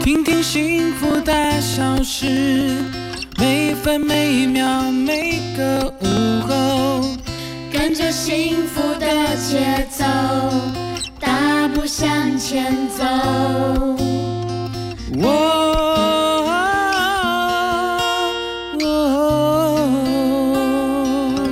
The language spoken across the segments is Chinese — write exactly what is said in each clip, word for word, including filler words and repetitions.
听听幸福大小事，每分每秒每个午后， 跟着幸福的节奏，大步向前走。 哦哦，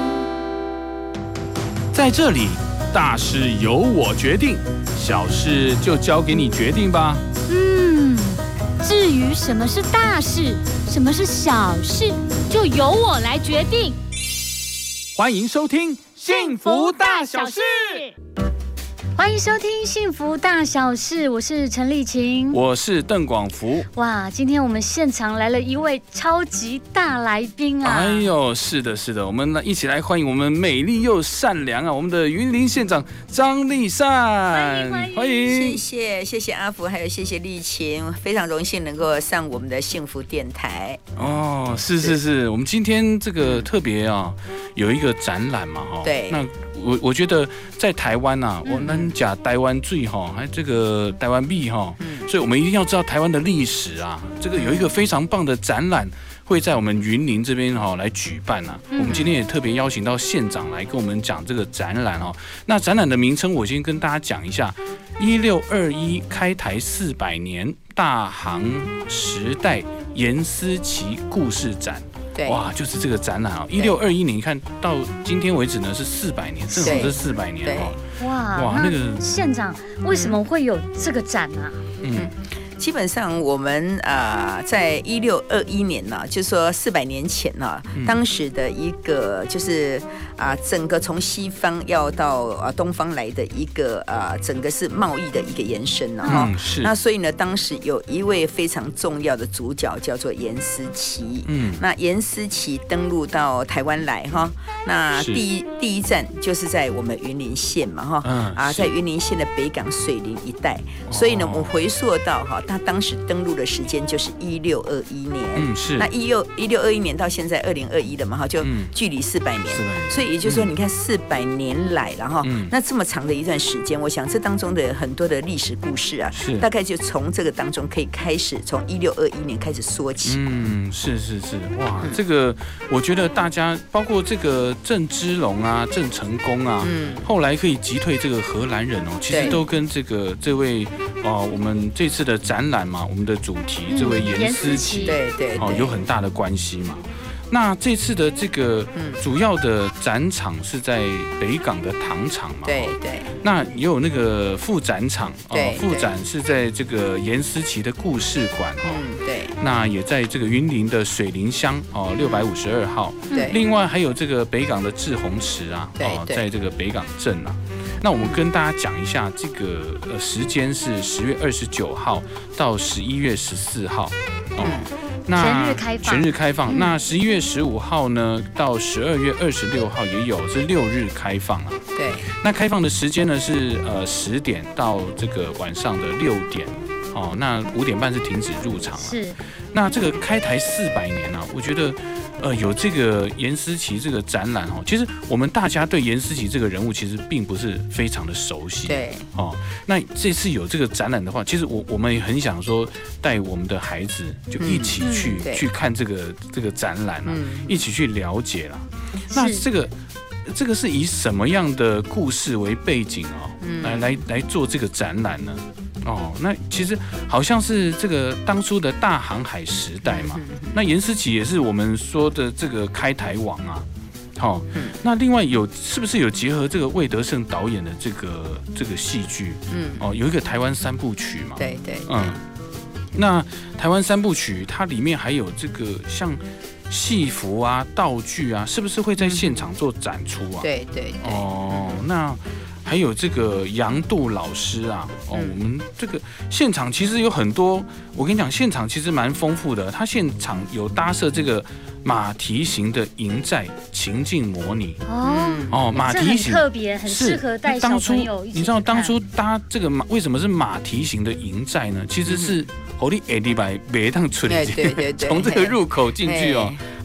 在这里，大事由我决定，小事就交给你决定吧。 嗯，至于什么是大事，什么是小事，就由我来决定。 欢迎收听《幸福大小事》。 欢迎收听《幸福大小事》，我是陈丽琴， 我是邓广福。 哇，今天我们现场来了一位超级大来宾啊！ 哎呦，是的，是的，我们一起来欢迎我们美丽又善良啊，我们的云林县长张丽善， 欢迎欢迎， 欢迎谢谢谢谢阿福，还有谢谢丽琴，非常荣幸能够上我们的幸福电台。 哦，是是是，我们今天这个特别啊，有一个展览嘛，哈， 对， 那我我觉得在台湾啊，我们讲台湾最哈，还这个台湾币哈，所以我们一定要知道台湾的历史啊。这个有一个非常棒的展览会在我们云林这边哈来举办啊。我们今天也特别邀请到县长来跟我们讲这个展览哦。那展览的名称我先跟大家讲一下：一六二一开台四百年大航时代严思齐故事展。哇，就是这个展览啊，一六二一年，你看到今天为止呢是四百年，正好是四百年哦。 哇哇，那个县长为什么会有这个展啊？ 嗯。基本上我们啊、呃，在一六二一年呢、啊，就是说四百年前呢、啊，嗯、当时的一个就是啊、呃，整个从西方要到啊东方来的一个啊、呃，整个是贸易的一个延伸呢、啊， 嗯，是。 那所以呢，当时有一位非常重要的主角叫做严思齐，嗯，那严思齐登陆到台湾来哈，那第一第一站就是在我们云林县嘛哈，嗯、啊，在云林县的北港水林一带，哦、所以呢，我们回溯到哈。他当时登陆的时间就是一六二一年， 嗯，是。 那一六一六二一年到现在二零二一了嘛，哈，就距离四百年，嗯、所以也就是说，你看四百年来了哈，嗯、那这么长的一段时间，我想这当中的很多的历史故事啊，大概就从这个当中可以开始，从一六二一年开始说起。 嗯，是是是，哇，嗯、这个我觉得大家包括这个郑芝龙啊、郑成功啊，嗯，后来可以击退这个荷兰人哦，其实都跟这个这位哦、呃，我们这次的展展览嘛，我们的主题、嗯、这位严思齐， 对对哦，有很大的关系嘛。那这次的这个主要的展场是在北港的糖厂嘛， 对对。 那也有那个副展场，哦，副展是在这个严思齐的故事馆， 嗯，对。 那也在这个云林的水林乡哦，六百五十二号。 对。 另外还有这个北港的志宏池啊，哦，在这个北港镇啊。那我们跟大家讲一下，这个呃时间是十月二十九号到十一月十四号， 哦，那全日开放， 全日开放。嗯、那十一月十五号呢，到十二月二十六号也有，是六日开放啊。 对。 那开放的时间呢是呃十点到这个晚上的六点，哦，那五点半是停止入场啊。 是。 那这个开台四百年啊，我觉得。呃，有这个严思齐这个展览哦，其实我们大家对严思齐这个人物其实并不是非常的熟悉， 对哦。那这次有这个展览的话，其实我我们也很想说带我们的孩子就一起去、嗯、去看这个这个展览啊，嗯、一起去了解啦。那这个这个是以什么样的故事为背景哦，嗯、来来来做这个展览呢？哦，那其实好像是这个当初的大航海时代嘛，那严思齐也是我们说的这个开台王啊。好、哦，那另外有是不是有结合这个魏德胜导演的这个这个戏剧？嗯，哦，有一个台湾三部曲嘛。 对对， 嗯，那台湾三部曲它里面还有这个像戏服啊、道具啊，是不是会在现场做展出啊？ 对对对。 哦，那。还有这个杨度老师啊，哦，嗯、我们这个现场其实有很多，我跟你讲，现场其实蛮丰富的。他现场有搭设这个马蹄形的营寨情境模拟， 哦哦，马蹄形特别，很适合带小朋友一起去看。 你知道当初搭这个马为什么是马蹄形的营寨呢？其实是火力 A D 百北趟村，从这个入口进去哦。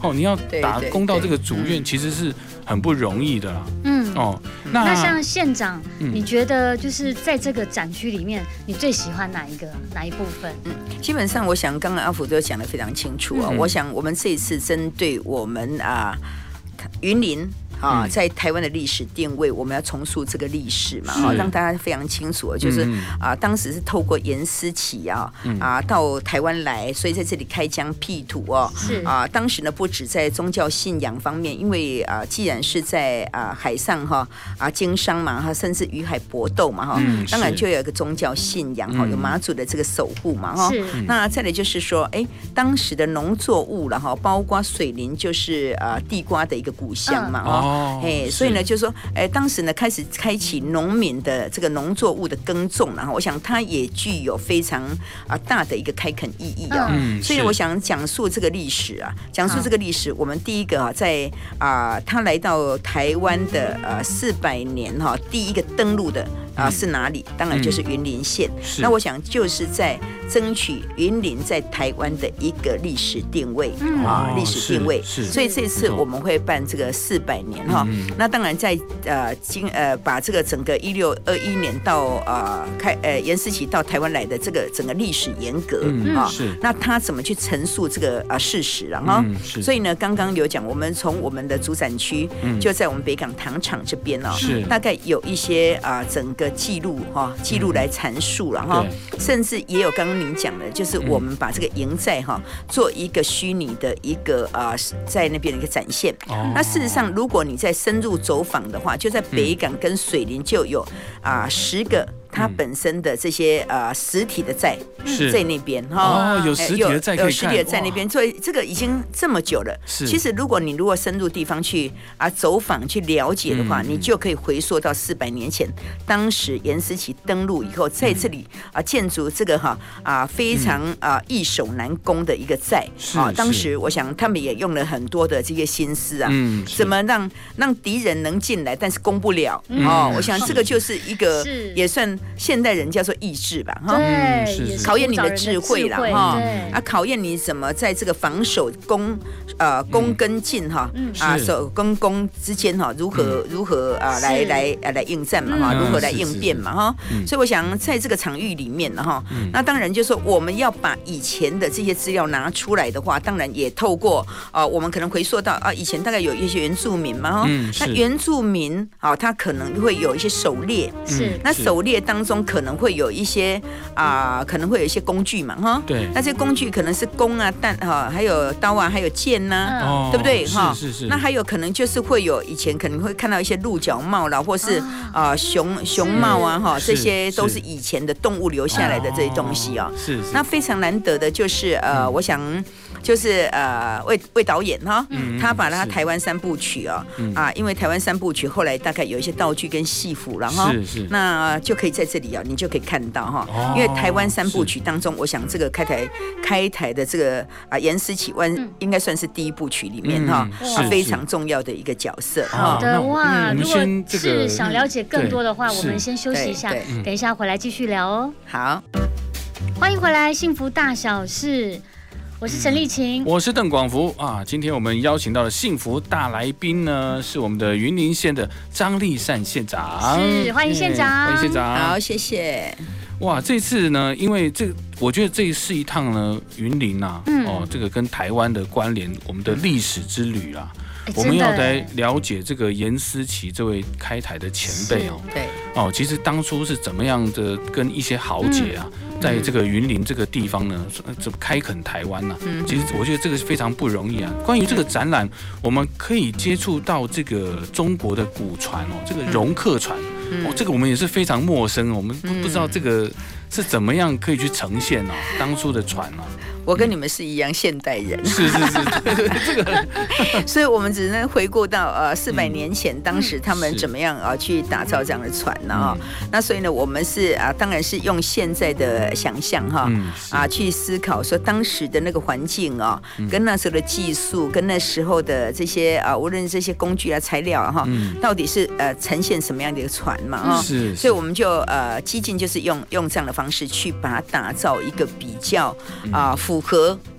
哦，你要打攻到这个主院，其实是很不容易的啦。嗯，哦， 那那像县长，嗯、你觉得就是在这个展区里面，你最喜欢哪一个哪一部分？ 嗯，基本上我想刚刚阿福都讲得非常清楚啊。嗯、我想我们这一次针对我们啊云林。啊，在台湾的历史定位，我们要重塑这个历史嘛，啊，让大家非常清楚，就是啊，当时是透过严思齐啊啊到台湾来，所以在这里开疆辟土哦，是啊，当时呢不止在宗教信仰方面，因为啊，既然是在啊海上哈啊经商嘛，哈，甚至与海搏斗嘛，哈，当然就有一个宗教信仰哈，有马祖的这个守护嘛，哈，那再来就是说，哎，当时的农作物了哈，包括水林，就是啊地瓜的一个故乡嘛，哈。哎，所以呢，就是说，哎，当时呢开始开启农民的这个农作物的耕种，然后我想它也具有非常啊大的一个开垦意义哦。嗯、所以我想讲述这个历史啊，讲述这个历史，我们第一个啊，在啊他来到台湾的呃四百年哈、啊，第一个登陆的。啊，是哪里？当然就是云林县。嗯、那我想就是在争取云林在台湾的一个历史定位、嗯、啊，历史定位。所以这次我们会办这个四百年哈。嗯、那当然在呃今呃把这个整个一六二一年到呃开呃严思齐到台湾来的这个整个历史沿革、嗯、啊，是那他怎么去陈述这个啊事实啊哈？嗯、所以呢，刚刚有讲，我们从我们的主展区、嗯、就在我们北港糖厂这边哦，是大概有一些啊整个。记录哈，记录来阐述了哈，甚至也有刚刚您讲的，就是我们把这个营寨哈做一个虚拟的一个啊，在那边的一个展现。哦、那事实上，如果你在深入走访的话，就在北港跟水林就有啊十个。它本身的这些呃实体的债在那边哈，哦，有实体的债可以看， 有实体的在那边，所以这个已经这么久了。其实如果你如果深入地方去啊走访去了解的话，嗯、你就可以回溯到四百年前，当时严思齐登陆以后，在这里啊建筑这个哈啊非常啊易守难攻的一个寨啊。当时我想他们也用了很多的这些心思啊，嗯、怎么让让敌人能进来，但是攻不了嗯、哦。我想这个就是一个也算。现代人叫做意志吧，哈， 对， 考验你的智慧啦，哈，啊，考验你怎么在这个防守攻呃攻跟进哈，啊守跟攻之间哈，如何如何啊来来来应战嘛哈，如何来应变嘛哈，所以我想在这个场域里面哈，那当然就是说我们要把以前的这些资料拿出来的话，当然也透过啊，我们可能回溯到啊以前大概有一些原住民嘛哈，那原住民啊他可能会有一些狩猎，是那狩猎当当中可能会有一些啊、呃，可能会有一些工具嘛，哈，对，那些工具可能是弓啊、弹哈，还有刀啊，还有剑呐、啊，哦、对不对？哈，是是是。那还有可能就是会有以前可能会看到一些鹿角帽啦，或是啊、呃、熊熊帽啊，哈，这些都是以前的动物留下来的这些东西啊、哦。是是。那非常难得的就是呃，嗯、我想。就是呃魏魏导演哈，嗯、他把他台湾三部曲哦，嗯、啊，因为台湾三部曲后来大概有一些道具跟戏服，然后那就可以在这里啊，你就可以看到哈，哦、因为台湾三部曲当中，我想这个开台开台的这个啊严思齐湾应该算是第一部曲里面哈，嗯、啊非常重要的一一个角色。 好的哇，如果是想了解更多的话，我们先休息一下，等一下回来继续聊哦。 好， 欢迎回来，幸福大小事。我是陈丽琴， 我是邓广福啊。今天我们邀请到的幸福大来宾呢，是我们的云林县的张丽善县长。 是，欢迎县长， 欢迎县长。 好，谢谢。 哇，这次呢，因为这我觉得这是一趟呢云林啊，嗯、哦，这个跟台湾的关联，我们的历史之旅啦。欸、我们要来了解这个严思齐这位开台的前辈哦， 对哦，其实当初是怎么样的跟一些豪杰啊，嗯、在这个云林这个地方呢，怎么开垦台湾呢、啊？嗯、其实我觉得这个是非常不容易啊。关于这个展览，我们可以接触到这个中国的古船哦，这个容客船、嗯、哦，这个我们也是非常陌生，我们不不知道这个是怎么样可以去呈现哦，当初的船啊。 我跟你们是一样现代人， 是是是，对对，这个， 所以我们只能回顾到呃四百年前，当时他们怎么样啊去打造这样的船呢啊？那所以呢，我们是啊，当然是用现在的想象哈啊去思考说当时的那个环境啊，跟那时候的技术，跟那时候的这些啊，无论这些工具啊、材料啊哈，到底是呃呈现什么样的一个船嘛啊？是，所以我们就呃激进就是用用这样的方式去把它打造一个比较啊符。符合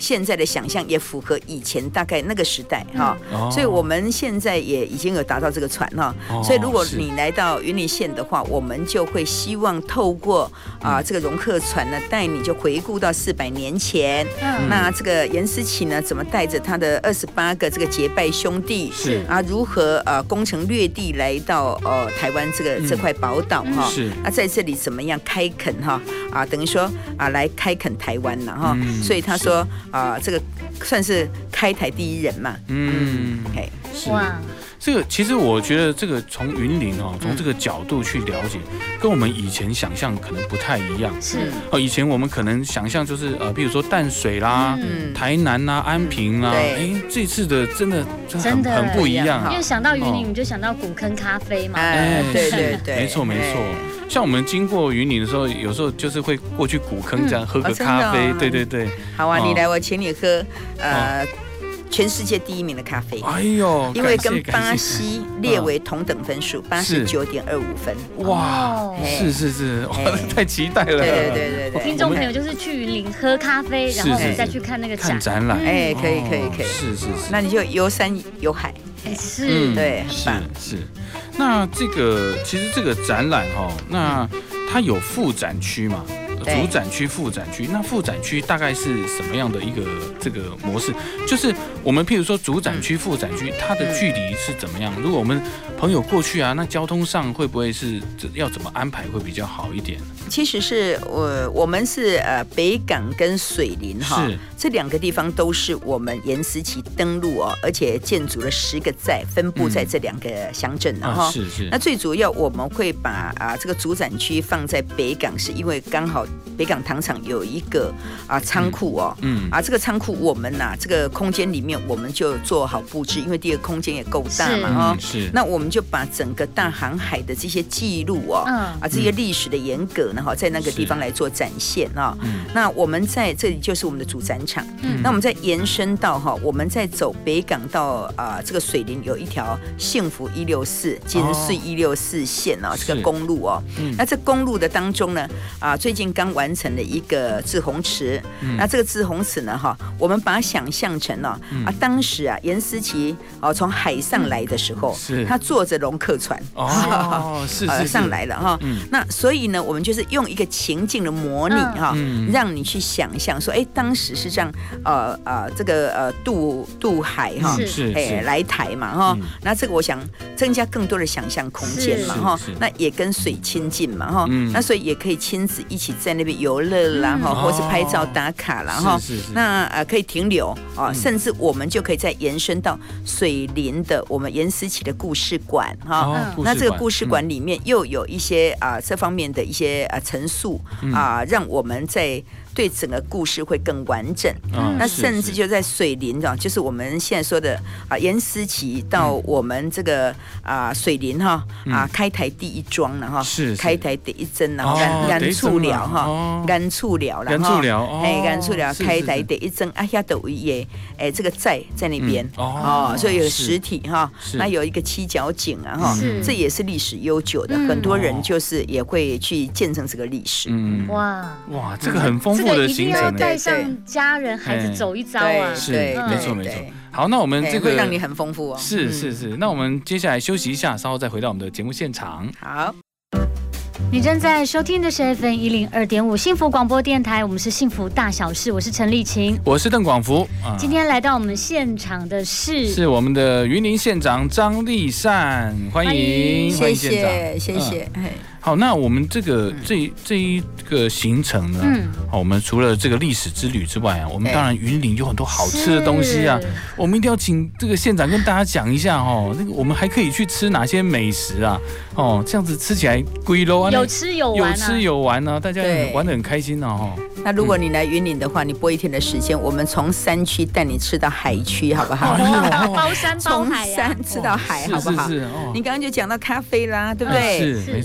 现在的想象，也符合以前大概那个时代哈。所以我们现在也已经有达到这个船哈。所以如果你来到云林县的话，我们就会希望透过啊这个容客船呢，带你就回顾到四百年前。那这个严思齐呢，怎么带着他的二十八个这个结拜兄弟是啊，如何呃攻城略地来到呃台湾这个这块宝岛哈？是那在这里怎么样开垦哈啊？等于说啊来开垦台湾了哈。所以他说啊这个算是开台第一人嘛。嗯，嘿， 哇。 这个其实我觉得，这个从云林哦，从这个角度去了解，跟我们以前想象可能不太一样。是哦，以前我们可能想象就是呃，比如说淡水啦、嗯、台南啦、安平啦，哎，这次的真的真的很不一样。 因为想到云林，你就想到古坑咖啡嘛。 哎，对对对， 没错没错。像我们经过云林的时候，有时候就是会过去古坑这样喝个咖啡。对对对。 好啊，你来我请你喝呃。全世界第一名的咖啡， 哎呦， 因为跟巴西列为同等分数，八十九点二五分。 哇，是是是，太期待了。 对对对对对， 听众朋友就是去云林喝咖啡，然后再去看那个看展览。 哎，可以可以可以， 是是是， 那你就游山游海， 是， 对，很棒。 是，那这个其实这个展览哈，那它有副展区嘛？主展区、副展区，那副展区大概是什么样的一个这个模式？就是我们譬如说主展区、副展区，它的距离是怎么样？如果我们朋友过去啊，那交通上会不会是要怎么安排会比较好一点？ 其实是我我们是呃北港跟水林哈，这两个地方都是我们严思齐登陆哦，而且建筑了十个寨，分布在这两个乡镇的哈。是是。那最主要我们会把啊这个主展区放在北港，是因为刚好北港糖厂有一个啊仓库哦，嗯啊这个仓库我们呐、啊、这个空间里面我们就做好布置，因为第二个空间也够大嘛哈。是。那我们就把整个大航海的这些记录哦，嗯、啊这些历史的沿革呢哈，在那个地方来做展现啊。嗯、那我们在这里就是我们的主展场。嗯、那我们再延伸到哈，我们在走北港到啊这个水林有一条幸福一六四金穗一六四线啊、哦、这个公路哦。嗯、那这公路的当中呢啊最近刚完成了一个滞洪池。嗯、那这个滞洪池呢哈，我们把它想象成呢、哦嗯、啊当时啊严思齐哦从海上来的时候，嗯、他坐着龙客船哦是是是上来了哈。嗯、那所以呢我们就是用一个情境的模拟哈，嗯、让你去想象说，哎，当时是这样，呃呃，这个呃渡渡海哈，哎来台嘛哈，嗯、那这个我想增加更多的想象空间嘛哈，那也跟水亲近嘛哈，嗯、那所以也可以亲子一起在那边游乐啦哈，嗯、或是拍照打卡啦哈，那呃可以停留啊，嗯、甚至我们就可以再延伸到水林的我们严思齐的故事馆哈，哦、那这个故事馆里面又有一些啊、呃、这方面的一些啊陈述啊、呃，让我们在对整个故事会更完整。嗯、那甚至就在水林啊，就是我们现在说的啊，严思齐到我们这个啊水林哈啊开台第一桩了哈，是开台第一针然后干干醋疗哈，干醋疗了哈，哎干醋疗开台第一针啊，下的也哎这个寨在那边哦，所以有实体哈，那有一个七角井啊哈，这也是历史悠久的，很多人就是也会去见证这个历史。嗯， 哇哇，这个很丰富。 这个一定要带上家人孩子走一遭啊！ 是，没错没错。好，那我们这个会让你很丰富哦。 是是是，那我们接下来休息一下，稍后再回到我们的节目现场。 好。 你正在收听的是 F M 一零二点五幸福广播电台，我们是幸福大小事，我是陈丽琴， 我是邓广福。 啊、今天来到我们现场的是是我们的云林县长张丽善，欢迎， 谢谢谢谢。嗯好，那我们这个这这一个行程呢，嗯，好，我们除了这个历史之旅之外啊，我们当然云林有很多好吃的东西啊，我们一定要请这个县长跟大家讲一下哦，那个我们还可以去吃哪些美食啊？哦，这样子吃起来贵咯， 有吃有玩、啊， 有吃有玩啊，大家玩得很开心哦。 那如果你来云林的话，你拨一天的时间，我们从山区带你吃到海区，好不好？ 哦、包山包海、啊， 从山吃到海，好不好？ 是是是哦、 你刚刚就讲到咖啡啦，对不对？ 是， 你看到我们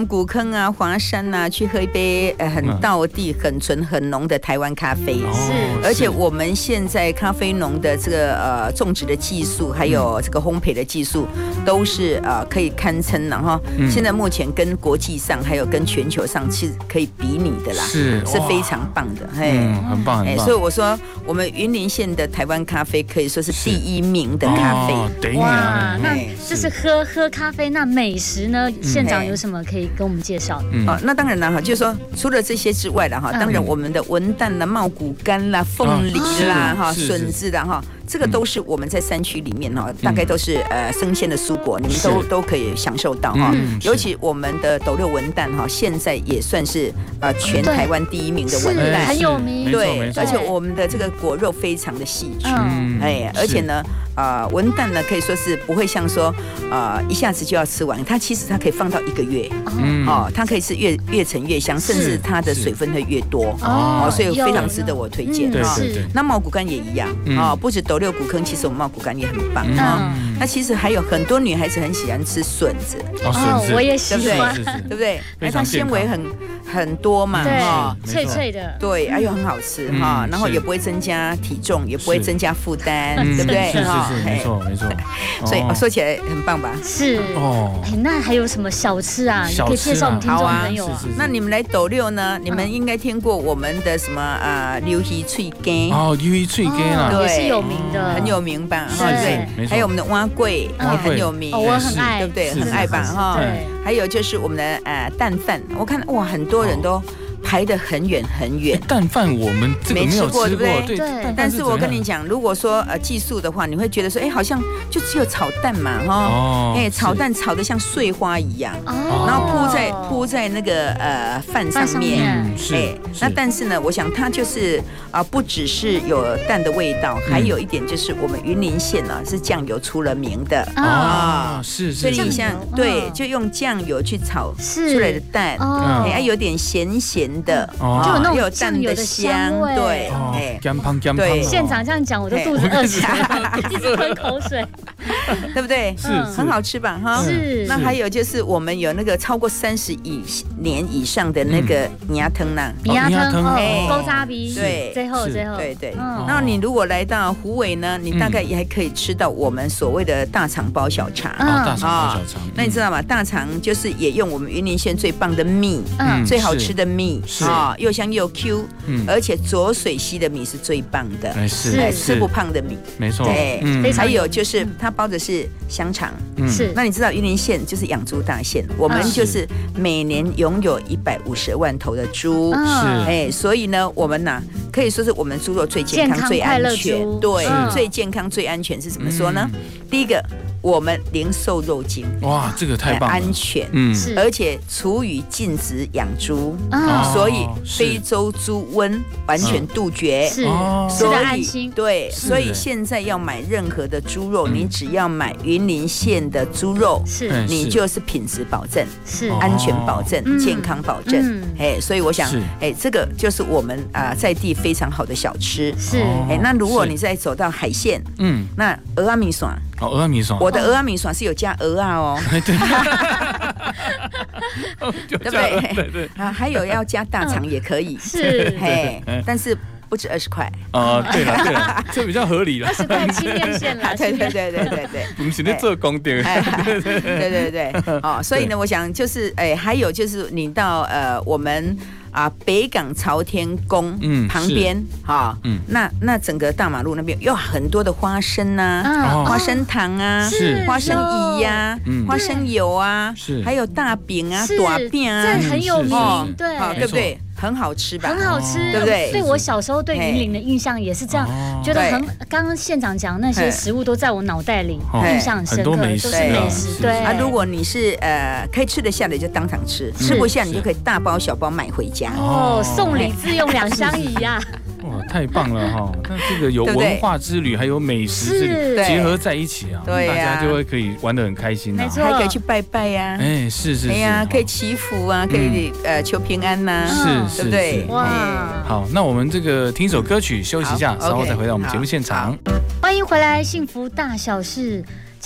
古坑啊、华山啊，去喝一杯呃很道地、很纯、很浓的台湾咖啡。 是， 而且我们现在咖啡农的这个呃种植的技术，还有这个烘焙的技术，都是呃可以堪称，然后现在目前跟国际上还有跟全球上是可以比拟的啦， 是是非常棒的， 嗯，很棒很棒。 所以我说，我们云林县的台湾咖啡可以说是第一名的咖啡。 哇，那这是喝喝咖啡，那美食呢？县长有什么可以跟我们介绍？ 哦，那当然了哈，就是说除了这些之外了哈，当然我们的文旦啦、茂谷柑啦、凤梨啦、哈笋子啦哈。这个都是我们在山区里面哈，大概都是呃生鲜的蔬果，你们都都可以享受到哈。尤其我们的斗六文旦哈，现在也算是呃全台湾第一名的文旦， 很有名。 对，而且我们的这个果肉非常的细致，哎，而且呢，呃，文旦呢可以说是不会像说呃一下子就要吃完，它其实它可以放到一个月，哦，它可以是越越陈越香，甚至它的水分会越多哦，所以非常值得我推荐哈。那茂谷柑也一样啊，不止斗六古坑，其实我们茂谷柑也很棒啊。那其实还有很多女孩子很喜欢吃笋子， 哦，我也喜欢， 对不对？因为它纤维很很多嘛， 哈，脆脆的， 对，还有很好吃哈，然后也不会增加体重，也不会增加负担，对不对？ 哈，没错没错。 所以说起来很棒吧？ 是哦。那还有什么小吃啊？可以介绍我们听众朋友啊。 那你们来斗六呢？你们应该听过我们的什么啊？鱿鱼脆羹哦，鱿鱼脆羹啊， 也是有名的， 很有名吧？对，还有我们的蛙桂也很有名， 我很爱， 对不对？很爱吧？哈。还有就是我们的呃蛋饭，我看哇，很多人都排得很远很远。 蛋饭我们这个没有吃过，对不对？ 对。但是我跟你讲，如果说呃技术的话，你会觉得说，哎，好像就只有炒蛋嘛，哈，哎，炒蛋炒得像碎花一样，然后铺在铺在那个呃饭上面，哎，那但是呢，我想它就是啊，不只是有蛋的味道，还有一点就是我们云林县呢是酱油出了名的啊，是是。 所以你像对，就用酱油去炒出来的蛋，哎，有点咸咸的， 就有那种蛋的香味，对， 哎，干胖干胖。 对，县长这样讲，我都肚子饿起来了，一直吞口水， 对不对？ 是， 很好吃吧？哈， 是。 那还有就是我们有那个超过三十以年以上的那个鸭汤啦， 鸭汤，哎，高渣鼻， 对， 最后最后， 对对。然后你如果来到虎尾呢，你大概也还可以吃到我们所谓的大肠包小肠， 大肠包小肠。 那你知道吗？大肠就是也用我们云林县最棒的米，最好吃的米啊，又香又 Q， 而且浊水溪的米是最棒的， 是吃不胖的米， 没错。 对，还有就是它包的是香肠， 是。 那你知道云林县就是养猪大县，我们就是每年拥有一百五十万头的猪， 是。 哎，所以呢，我们呐可以说是我们猪肉最健康、最安全，对，最健康、最安全是怎么说呢？第一个。我们零瘦肉精， 哇，这个太棒了， 安全，嗯，而且厨余禁止养猪，所以非洲猪瘟完全杜绝， 是，吃得安心， 对，所以现在要买任何的猪肉，你只要买云林县的猪肉， 是， 你就是品质保证， 是， 安全保证，健康保证，哎，所以我想，哎，这个就是我们啊在地非常好的小吃， 是， 哎，那如果你再走到海线，嗯，那蚵仔米线。 哦，蚵仔米线， 我的蚵仔米线是有加蚵仔哦，对不对？对对啊，还有要加大肠也可以， 是， 嘿，但是不止二十块哦，对了对了，这比较合理了， 二十块青面线啦， 对对对对对对， 我们现在做工的， 对对对，哦，所以呢，我想就是哎，还有就是你到呃我们。啊，北港朝天宫旁边哈，那那整个大马路那边有很多的花生呐，花生糖啊，花生衣呀，花生油啊，还有大饼啊、大饼啊， 这很有名，对， 对不对？很好吃吧？ 很好吃， 对不对？ 所以我小时候对云林的印象也是这样，觉得很。刚刚县长讲那些食物都在我脑袋里，印象很深刻，都是美食。对啊，如果你是呃可以吃得下的，就当场吃；吃不下，你就可以大包小包买回家。 哦，送礼自用两相宜呀！ 哇，太棒了哈！那这个有文化之旅，还有美食之旅结合在一起啊，大家就会可以玩得很开心啊， 还可以去拜拜呀， 哎，是是，哎呀， 可以祈福啊，可以呃求平安呐， 是。 对不对？ 哇！ 好，那我们这个听一首歌曲休息一下，稍后再回到我们节目现场。 欢迎回来，幸福大小事。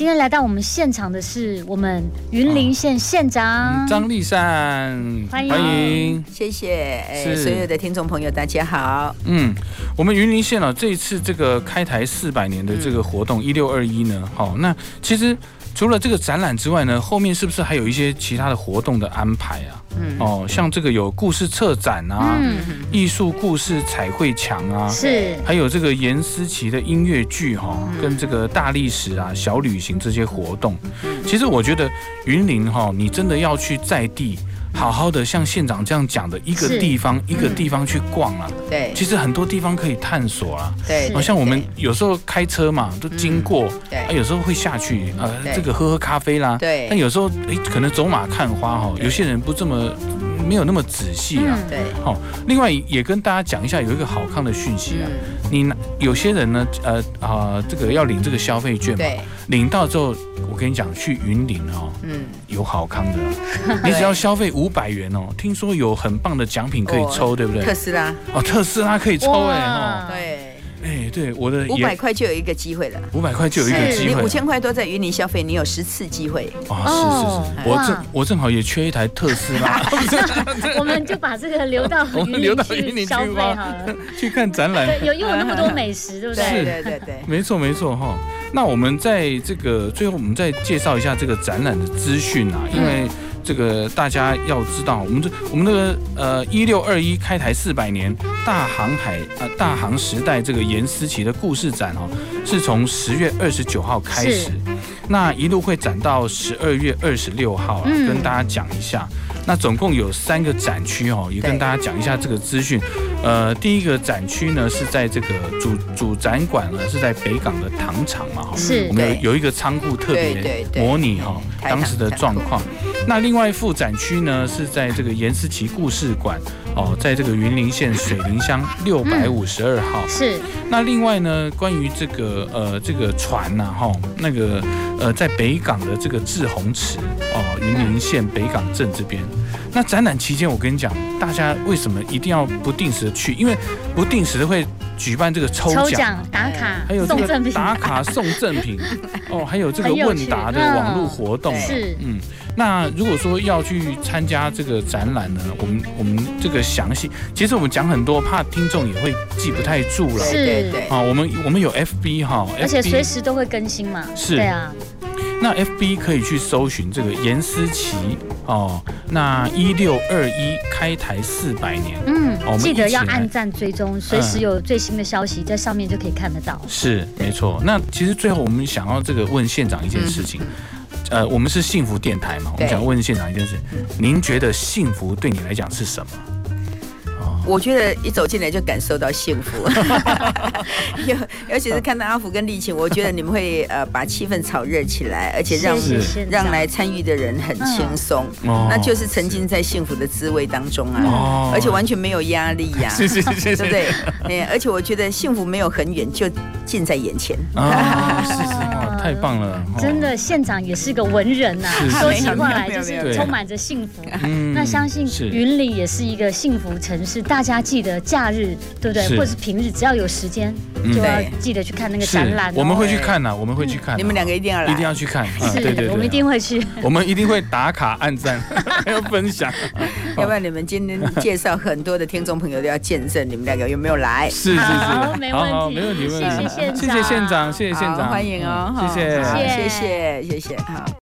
今天来到我们现场的是我们云林县县长张丽珊， 欢迎欢迎， 谢谢，哎，所有的听众朋友大家好。 嗯，我们云林县啊，这一次这个开台四百年的这个活动一六二一呢，好，那其实除了这个展览之外呢，后面是不是还有一些其他的活动的安排啊？嗯，哦，像这个有故事策展啊，嗯、艺术故事彩绘墙啊， 是， 还有这个严思琪的音乐剧哈、哦，嗯、跟这个大历史啊、小旅行这些活动。其实我觉得云林哈、哦，你真的要去在地。好好的像县长这样讲的一个地方一个地方去逛啊， 对， 其实很多地方可以探索啊， 对， 好像我们有时候开车嘛，都经过， 对， 啊，有时候会下去，呃，这个喝喝咖啡啦， 对， 但有时候哎，可能走马看花哈，有些人不这么没有那么仔细啊， 对， 好，另外也跟大家讲一下，有一个好康的讯息啊，你有些人呢，呃啊，这个要领这个消费券嘛，领到之后，我跟你讲，去云林哦，嗯，有好康的，你只要消费五百元哦，听说有很棒的奖品可以抽，对不对？ 特斯拉哦，特斯拉可以抽哎，哦， 对。 哎，对，我的五百块就有一个机会了， 五百块就有一个机会， 你五千块都在云林消费，你有十次机会。 哦，是是是，我正我正好也缺一台特斯拉， 我们就把这个留到云林去消费好了， 去看展览。 对，有又有那么多美食，对不对？ 对对对对， 没错没错哈。那我们在这个最后，我们再介绍一下这个展览的资讯啊，因为。这个大家要知道，我们这我们这个呃一六二一开台四百年大航海呃大航时代这个严思琪的故事展哦，是从十月二十九号开始，那一路会展到十二月二十六号啊，嗯、跟大家讲一下。那总共有三个展区哦，也跟大家讲一下这个资讯。呃，第一个展区呢是在这个主主展馆呢是在北港的糖厂嘛， 是， 我们有有一个仓库特别模拟哈当时的状况。那另外副展区呢是在这个严思琪故事馆哦，在这个云林县水林乡六百五十二号。 是。 那另外呢，关于这个呃这个船呐哈，那个呃在北港的这个志洪池哦，云林县北港镇这边。那展览期间，我跟你讲，大家为什么一定要不定时的去？因为不定时的会举办这个抽奖、 抽奖打卡， 还有这个打卡送赠品哦，还有这个问答的网络活动。 是， 嗯。那如果说要去参加这个展览呢，我们我们这个详细，其实我们讲很多，怕听众也会记不太住了。 是，对。 啊，我们我们有 F B 哈， 而且随时都会更新嘛。 是， 对啊。 那 F B 可以去搜寻这个严思琪哦，那一六二一开台四百年， 嗯，哦、记得要按赞追踪，随时有最新的消息、嗯、在上面就可以看得到。 是，没错。那其实最后我们想要这个问县长一件事情，嗯、呃，我们是幸福电台嘛，我们想问县长一件事，您觉得幸福对你来讲是什么？ 我觉得一走进来就感受到幸福，尤尤其是看到阿福跟丽琴，我觉得你们会呃把气氛炒热起来，而且让让来参与的人很轻松，嗯、那就是沉浸在幸福的滋味当中啊，哦、而且完全没有压力呀、啊， 是是是， 对不对？哎，而且我觉得幸福没有很远，就近在眼前。 啊，是是，太棒了！ 真的，县长也是个文人呐、啊，说起话来就是充满着幸福。那相信云林也是一个幸福城市。大家记得假日对不对？或者是平日，只要有时间就要记得去看那个展览。 我们会去看呐，我们会去看。 你们两个一定要来， 一定要去看。 是，对对，我们一定会去。 我们一定会打卡、按赞，还要分享。 要不然你们今天介绍很多的听众朋友都要见证你们两个有没有来？ 是是是， 好，没问题， 没问题， 谢谢县长， 谢谢县长，谢谢县长， 欢迎哦， 谢谢， 谢谢，谢谢，好。